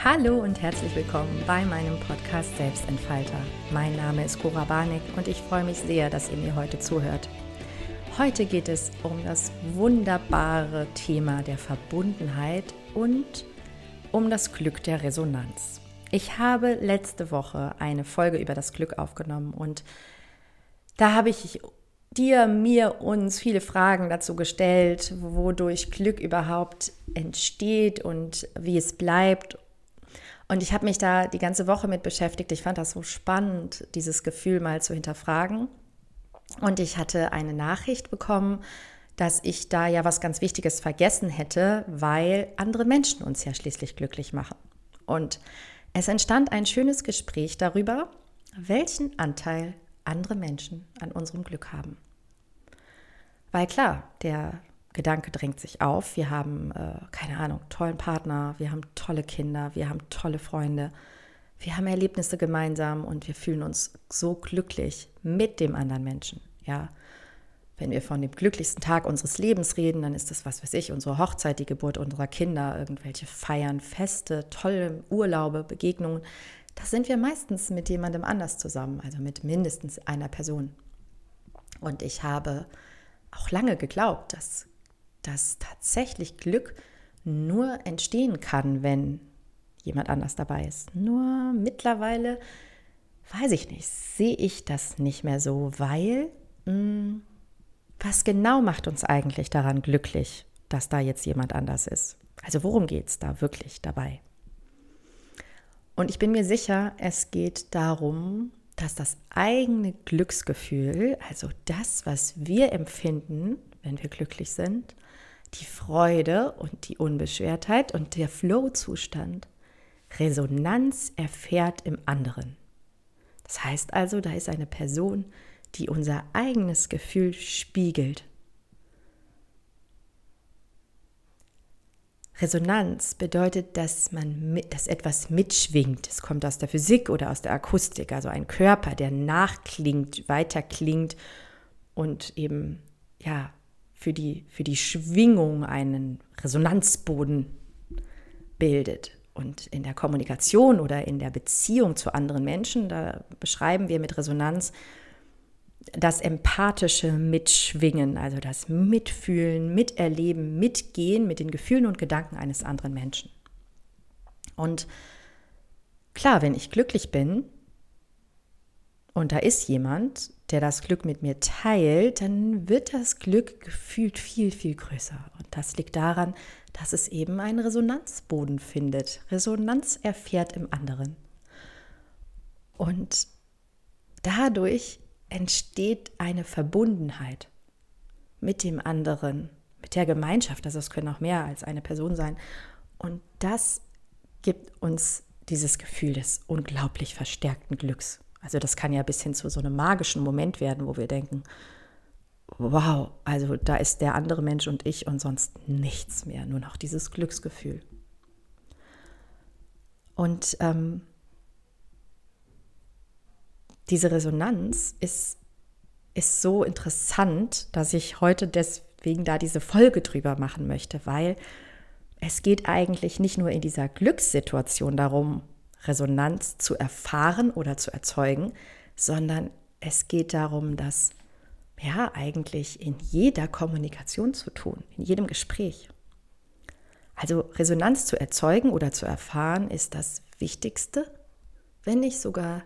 Hallo und herzlich willkommen bei meinem Podcast Selbstentfalter. Mein Name ist Cora Barnick und ich freue mich sehr, dass ihr mir heute zuhört. Heute geht es um das wunderbare Thema der Verbundenheit und um das Glück der Resonanz. Ich habe letzte Woche eine Folge über das Glück aufgenommen und da habe ich uns viele Fragen dazu gestellt, wodurch Glück überhaupt entsteht und wie es bleibt. Und ich habe mich da die ganze Woche mit beschäftigt. Ich fand das so spannend, dieses Gefühl mal zu hinterfragen. Und ich hatte eine Nachricht bekommen, dass ich da ja was ganz Wichtiges vergessen hätte, weil andere Menschen uns ja schließlich glücklich machen. Und es entstand ein schönes Gespräch darüber, welchen Anteil andere Menschen an unserem Glück haben. Weil klar, der Gedanke drängt sich auf, wir haben, tollen Partner, wir haben tolle Kinder, wir haben tolle Freunde, wir haben Erlebnisse gemeinsam und wir fühlen uns so glücklich mit dem anderen Menschen. Ja, wenn wir von dem glücklichsten Tag unseres Lebens reden, dann ist das, unsere Hochzeit, die Geburt unserer Kinder, irgendwelche Feiern, Feste, tolle Urlaube, Begegnungen. Da sind wir meistens mit jemandem anders zusammen, also mit mindestens einer Person. Und ich habe auch lange geglaubt, dass tatsächlich Glück nur entstehen kann, wenn jemand anders dabei ist. Nur mittlerweile, sehe ich das nicht mehr so, weil was genau macht uns eigentlich daran glücklich, dass da jetzt jemand anders ist? Also worum geht es da wirklich dabei? Und ich bin mir sicher, es geht darum, dass das eigene Glücksgefühl, also das, was wir empfinden, wenn wir glücklich sind, die Freude und die Unbeschwertheit und der Flow-Zustand Resonanz erfährt im anderen. Das heißt also, da ist eine Person, die unser eigenes Gefühl spiegelt. Resonanz bedeutet, dass etwas mitschwingt. Es kommt aus der Physik oder aus der Akustik, also ein Körper, der nachklingt, weiterklingt und eben für die Schwingung einen Resonanzboden bildet. Und in der Kommunikation oder in der Beziehung zu anderen Menschen, da beschreiben wir mit Resonanz das empathische Mitschwingen, also das Mitfühlen, Miterleben, Mitgehen mit den Gefühlen und Gedanken eines anderen Menschen. Und klar, wenn ich glücklich bin und da ist jemand, der das Glück mit mir teilt, dann wird das Glück gefühlt viel, viel größer. Und das liegt daran, dass es eben einen Resonanzboden findet. Resonanz erfährt im anderen. Und dadurch entsteht eine Verbundenheit mit dem anderen, mit der Gemeinschaft. Also es können auch mehr als eine Person sein. Und das gibt uns dieses Gefühl des unglaublich verstärkten Glücks. Also das kann ja bis hin zu so einem magischen Moment werden, wo wir denken, wow, also da ist der andere Mensch und ich und sonst nichts mehr, nur noch dieses Glücksgefühl. Und diese Resonanz ist so interessant, dass ich heute deswegen da diese Folge drüber machen möchte, weil es geht eigentlich nicht nur in dieser Glückssituation darum, Resonanz zu erfahren oder zu erzeugen, sondern es geht darum, das eigentlich in jeder Kommunikation zu tun, in jedem Gespräch. Also Resonanz zu erzeugen oder zu erfahren ist das Wichtigste, wenn nicht sogar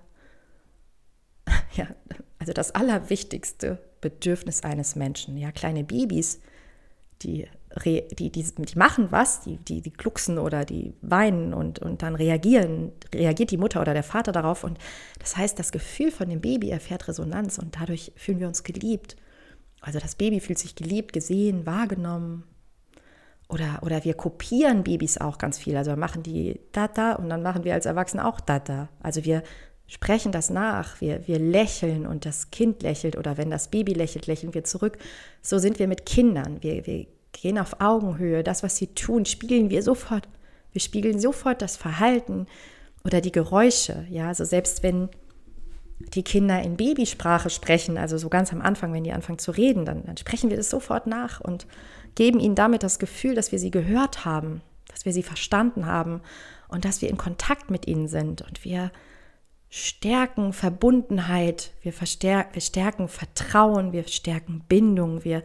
also das allerwichtigste Bedürfnis eines Menschen. Ja, kleine Babys, die machen was, die glucksen oder die weinen und dann reagiert die Mutter oder der Vater darauf. Und das heißt, das Gefühl von dem Baby erfährt Resonanz und dadurch fühlen wir uns geliebt. Also das Baby fühlt sich geliebt, gesehen, wahrgenommen. Oder wir kopieren Babys auch ganz viel. Also machen die Dada und dann machen wir als Erwachsene auch Dada. Also wir sprechen das nach, wir lächeln und das Kind lächelt oder wenn das Baby lächelt, lächeln wir zurück. So sind wir mit Kindern, wir gehen auf Augenhöhe, das, was sie tun, spiegeln wir sofort. Wir spiegeln sofort das Verhalten oder die Geräusche. Ja, also selbst wenn die Kinder in Babysprache sprechen, also so ganz am Anfang, wenn die anfangen zu reden, dann sprechen wir das sofort nach und geben ihnen damit das Gefühl, dass wir sie gehört haben, dass wir sie verstanden haben. und dass wir in Kontakt mit ihnen sind und wir stärken Verbundenheit, wir stärken Vertrauen, wir stärken Bindung, wir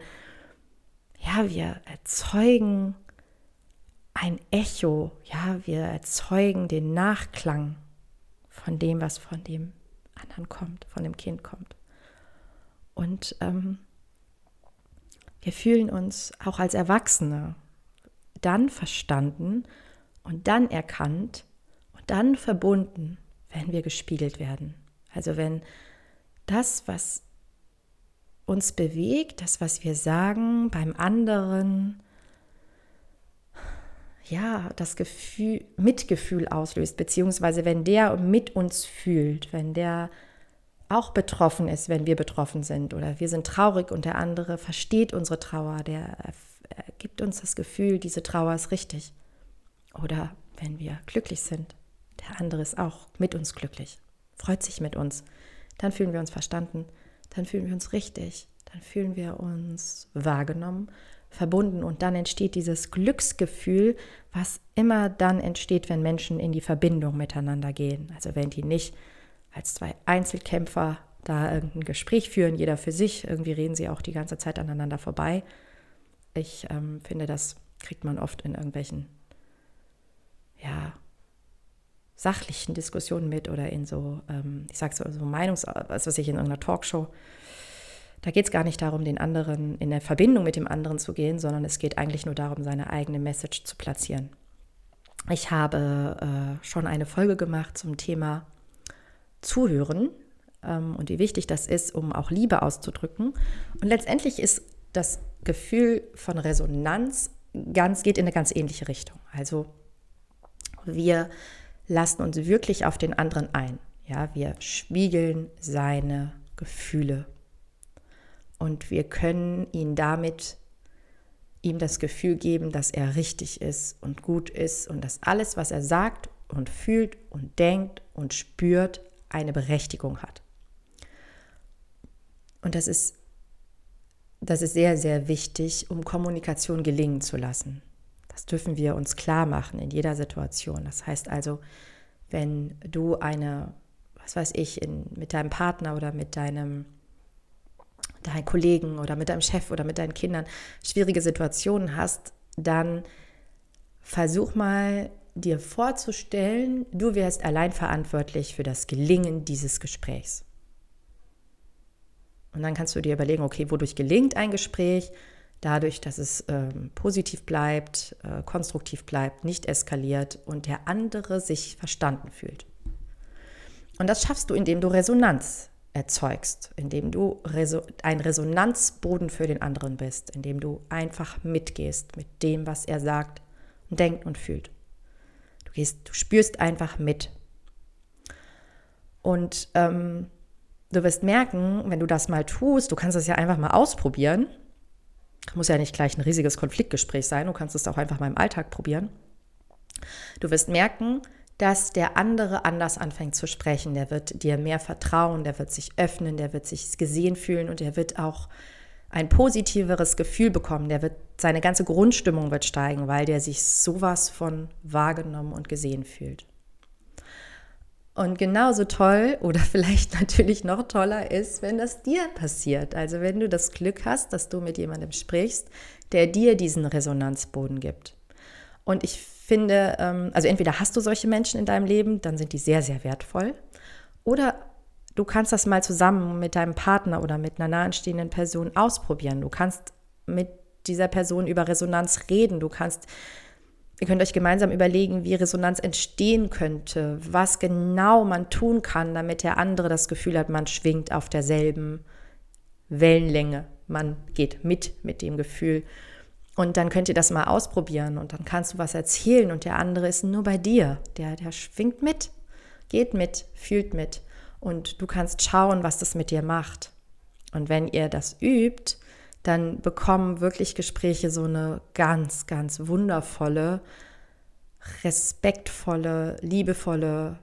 erzeugen ein Echo, wir erzeugen den Nachklang von dem, was von dem anderen kommt, von dem Kind kommt. Und wir fühlen uns auch als Erwachsene dann verstanden und dann erkannt und dann verbunden, wenn wir gespiegelt werden. Also wenn das, was uns bewegt, das, was wir sagen, beim anderen, das Gefühl, Mitgefühl auslöst, beziehungsweise wenn der mit uns fühlt, wenn der auch betroffen ist, wenn wir betroffen sind oder wir sind traurig und der andere versteht unsere Trauer, der gibt uns das Gefühl, diese Trauer ist richtig. Oder wenn wir glücklich sind, der andere ist auch mit uns glücklich, freut sich mit uns, dann fühlen wir uns verstanden, dann fühlen wir uns richtig, dann fühlen wir uns wahrgenommen, verbunden und dann entsteht dieses Glücksgefühl, was immer dann entsteht, wenn Menschen in die Verbindung miteinander gehen. Also wenn die nicht als zwei Einzelkämpfer da irgendein Gespräch führen, jeder für sich, irgendwie reden sie auch die ganze Zeit aneinander vorbei. Ich finde, das kriegt man oft in irgendwelchen sachlichen Diskussionen mit oder in so, in irgendeiner Talkshow. Da geht es gar nicht darum, den anderen in der Verbindung mit dem anderen zu gehen, sondern es geht eigentlich nur darum, seine eigene Message zu platzieren. Ich habe schon eine Folge gemacht zum Thema Zuhören und wie wichtig das ist, um auch Liebe auszudrücken. Und letztendlich ist das Gefühl von Resonanz geht in eine ganz ähnliche Richtung. Also wir lassen uns wirklich auf den anderen ein. Ja, wir spiegeln seine Gefühle. Und wir können ihm das Gefühl geben, dass er richtig ist und gut ist und dass alles, was er sagt und fühlt und denkt und spürt, eine Berechtigung hat. Und das ist sehr, sehr wichtig, um Kommunikation gelingen zu lassen. Das dürfen wir uns klar machen in jeder Situation. Das heißt also, wenn du mit deinem Partner oder mit deinen Kollegen oder mit deinem Chef oder mit deinen Kindern schwierige Situationen hast, dann versuch mal dir vorzustellen, du wärst allein verantwortlich für das Gelingen dieses Gesprächs. Und dann kannst du dir überlegen, okay, wodurch gelingt ein Gespräch? Dadurch, dass es positiv bleibt, konstruktiv bleibt, nicht eskaliert und der andere sich verstanden fühlt. Und das schaffst du, indem du Resonanz erzeugst, indem du ein Resonanzboden für den anderen bist, indem du einfach mitgehst mit dem, was er sagt und denkt und fühlt. Du spürst einfach mit. Und du wirst merken, wenn du das mal tust, du kannst es ja einfach mal ausprobieren. Muss ja nicht gleich ein riesiges Konfliktgespräch sein, du kannst es auch einfach mal im Alltag probieren. Du wirst merken, dass der andere anders anfängt zu sprechen. Der wird dir mehr vertrauen, der wird sich öffnen, der wird sich gesehen fühlen und der wird auch ein positiveres Gefühl bekommen. Seine ganze Grundstimmung wird steigen, weil der sich sowas von wahrgenommen und gesehen fühlt. Und genauso toll oder vielleicht natürlich noch toller ist, wenn das dir passiert. Also wenn du das Glück hast, dass du mit jemandem sprichst, der dir diesen Resonanzboden gibt. Und ich finde, also entweder hast du solche Menschen in deinem Leben, dann sind die sehr, sehr wertvoll. Oder du kannst das mal zusammen mit deinem Partner oder mit einer nahestehenden Person ausprobieren. Du kannst mit dieser Person über Resonanz reden. Ihr könnt euch gemeinsam überlegen, wie Resonanz entstehen könnte, was genau man tun kann, damit der andere das Gefühl hat, man schwingt auf derselben Wellenlänge. Man geht mit dem Gefühl. Und dann könnt ihr das mal ausprobieren und dann kannst du was erzählen und der andere ist nur bei dir. Der schwingt mit, geht mit, fühlt mit und du kannst schauen, was das mit dir macht. Und wenn ihr das übt, dann bekommen wirklich Gespräche so eine ganz, ganz wundervolle, respektvolle, liebevolle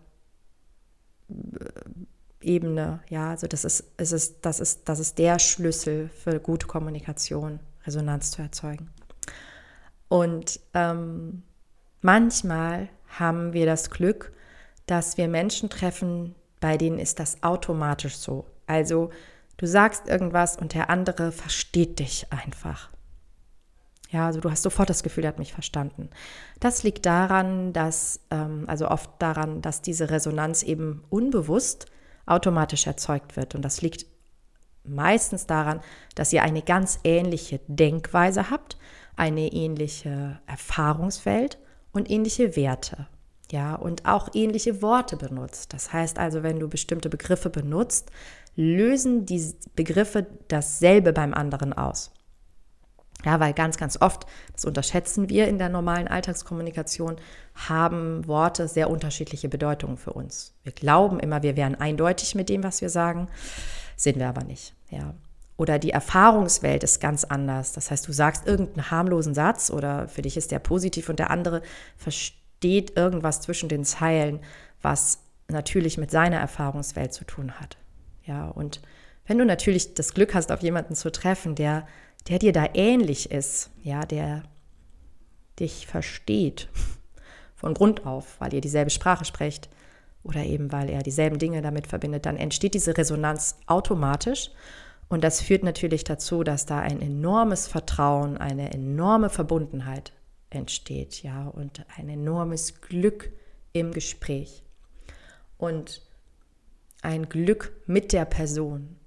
Ebene. Ja, also das ist der Schlüssel für gute Kommunikation, Resonanz zu erzeugen. Und manchmal haben wir das Glück, dass wir Menschen treffen, bei denen ist das automatisch so. Also du sagst irgendwas und der andere versteht dich einfach. Ja, also du hast sofort das Gefühl, er hat mich verstanden. Das liegt daran, oft daran, dass diese Resonanz eben unbewusst automatisch erzeugt wird. Und das liegt meistens daran, dass ihr eine ganz ähnliche Denkweise habt, eine ähnliche Erfahrungswelt und ähnliche Werte. Ja, und auch ähnliche Worte benutzt. Das heißt also, wenn du bestimmte Begriffe benutzt, lösen die Begriffe dasselbe beim anderen aus. Ja, weil ganz, ganz oft, das unterschätzen wir in der normalen Alltagskommunikation, haben Worte sehr unterschiedliche Bedeutungen für uns. Wir glauben immer, wir wären eindeutig mit dem, was wir sagen, sind wir aber nicht. Ja. Oder die Erfahrungswelt ist ganz anders. Das heißt, du sagst irgendeinen harmlosen Satz oder für dich ist der positiv und der andere versteht irgendwas zwischen den Zeilen, was natürlich mit seiner Erfahrungswelt zu tun hat. Ja, und wenn du natürlich das Glück hast, auf jemanden zu treffen, der dir da ähnlich ist, ja, der dich versteht von Grund auf, weil ihr dieselbe Sprache sprecht oder eben weil er dieselben Dinge damit verbindet, dann entsteht diese Resonanz automatisch und das führt natürlich dazu, dass da ein enormes Vertrauen, eine enorme Verbundenheit entsteht, ja, und ein enormes Glück im Gespräch und ein Glück mit der Person.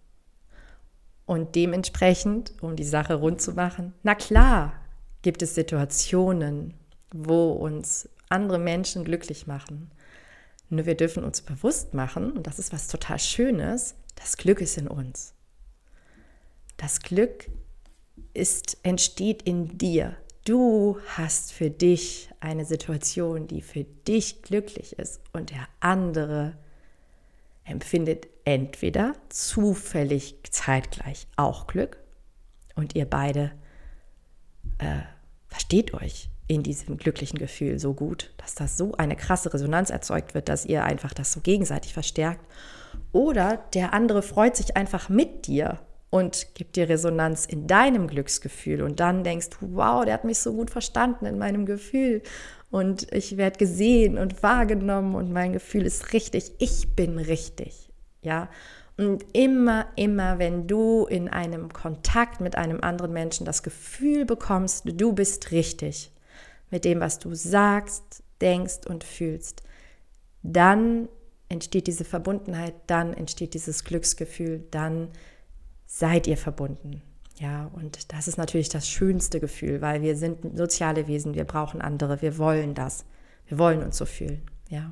Und dementsprechend, um die Sache rund zu machen, na klar gibt es Situationen, wo uns andere Menschen glücklich machen. Nur wir dürfen uns bewusst machen, und das ist was total Schönes, das Glück ist in uns. Das Glück entsteht in dir. Du hast für dich eine Situation, die für dich glücklich ist und der andere empfindet entweder zufällig zeitgleich auch Glück und ihr beide versteht euch in diesem glücklichen Gefühl so gut, dass das so eine krasse Resonanz erzeugt wird, dass ihr einfach das so gegenseitig verstärkt. Oder der andere freut sich einfach mit dir und gibt dir Resonanz in deinem Glücksgefühl und dann denkst du, wow, der hat mich so gut verstanden in meinem Gefühl und ich werde gesehen und wahrgenommen und mein Gefühl ist richtig, ich bin richtig, ja. Und immer, wenn du in einem Kontakt mit einem anderen Menschen das Gefühl bekommst, du bist richtig mit dem, was du sagst, denkst und fühlst, dann entsteht diese Verbundenheit, dann entsteht dieses Glücksgefühl, dann seid ihr verbunden. Ja, und das ist natürlich das schönste Gefühl, weil wir sind soziale Wesen, wir brauchen andere, wir wollen das, wir wollen uns so fühlen. Ja.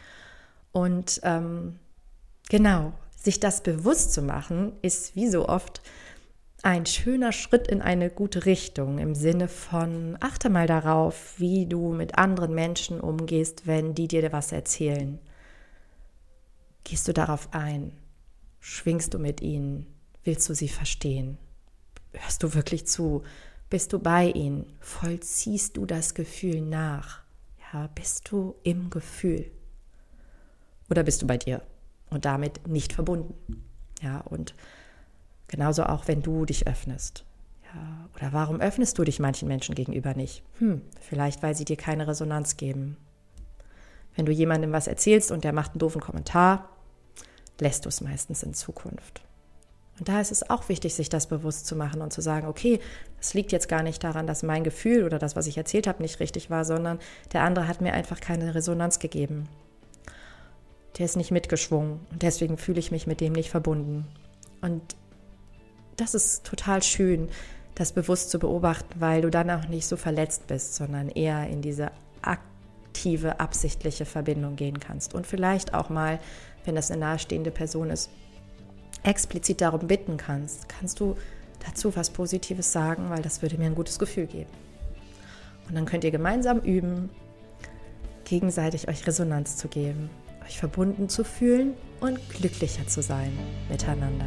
Und genau, sich das bewusst zu machen, ist wie so oft ein schöner Schritt in eine gute Richtung, im Sinne von, achte mal darauf, wie du mit anderen Menschen umgehst, wenn die dir was erzählen. Gehst du darauf ein? Schwingst du mit ihnen? Willst du sie verstehen? Hörst du wirklich zu? Bist du bei ihnen? Vollziehst du das Gefühl nach? Ja, bist du im Gefühl? Oder bist du bei dir und damit nicht verbunden? Ja, und genauso auch, wenn du dich öffnest. Ja, oder warum öffnest du dich manchen Menschen gegenüber nicht? Vielleicht, weil sie dir keine Resonanz geben. Wenn du jemandem was erzählst und der macht einen doofen Kommentar, lässt du es meistens in Zukunft. Und da ist es auch wichtig, sich das bewusst zu machen und zu sagen, okay, es liegt jetzt gar nicht daran, dass mein Gefühl oder das, was ich erzählt habe, nicht richtig war, sondern der andere hat mir einfach keine Resonanz gegeben. Der ist nicht mitgeschwungen und deswegen fühle ich mich mit dem nicht verbunden. Und das ist total schön, das bewusst zu beobachten, weil du dann auch nicht so verletzt bist, sondern eher in diese aktive, absichtliche Verbindung gehen kannst. Und vielleicht auch mal, wenn das eine nahestehende Person ist, explizit darum bitten kannst du dazu was Positives sagen, weil das würde mir ein gutes Gefühl geben. Und dann könnt ihr gemeinsam üben, gegenseitig euch Resonanz zu geben, euch verbunden zu fühlen und glücklicher zu sein miteinander.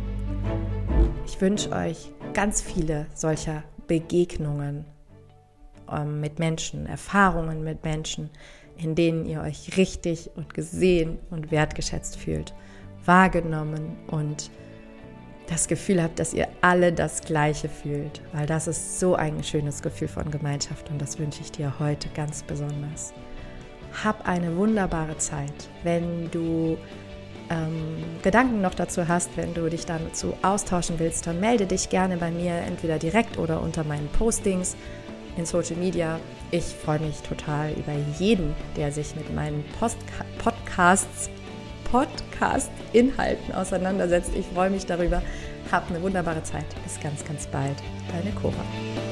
Ich wünsche euch ganz viele solcher Begegnungen mit Menschen, Erfahrungen mit Menschen, in denen ihr euch richtig und gesehen und wertgeschätzt fühlt, wahrgenommen und das Gefühl habt, dass ihr alle das Gleiche fühlt, weil das ist so ein schönes Gefühl von Gemeinschaft und das wünsche ich dir heute ganz besonders. hab eine wunderbare Zeit. Wenn du Gedanken noch dazu hast, wenn du dich dazu austauschen willst, dann melde dich gerne bei mir, entweder direkt oder unter meinen Postings in Social Media. Ich freue mich total über jeden, der sich mit meinen Podcast-Inhalten auseinandersetzt. Ich freue mich darüber. Hab eine wunderbare Zeit. Bis ganz, ganz bald. Deine Cora.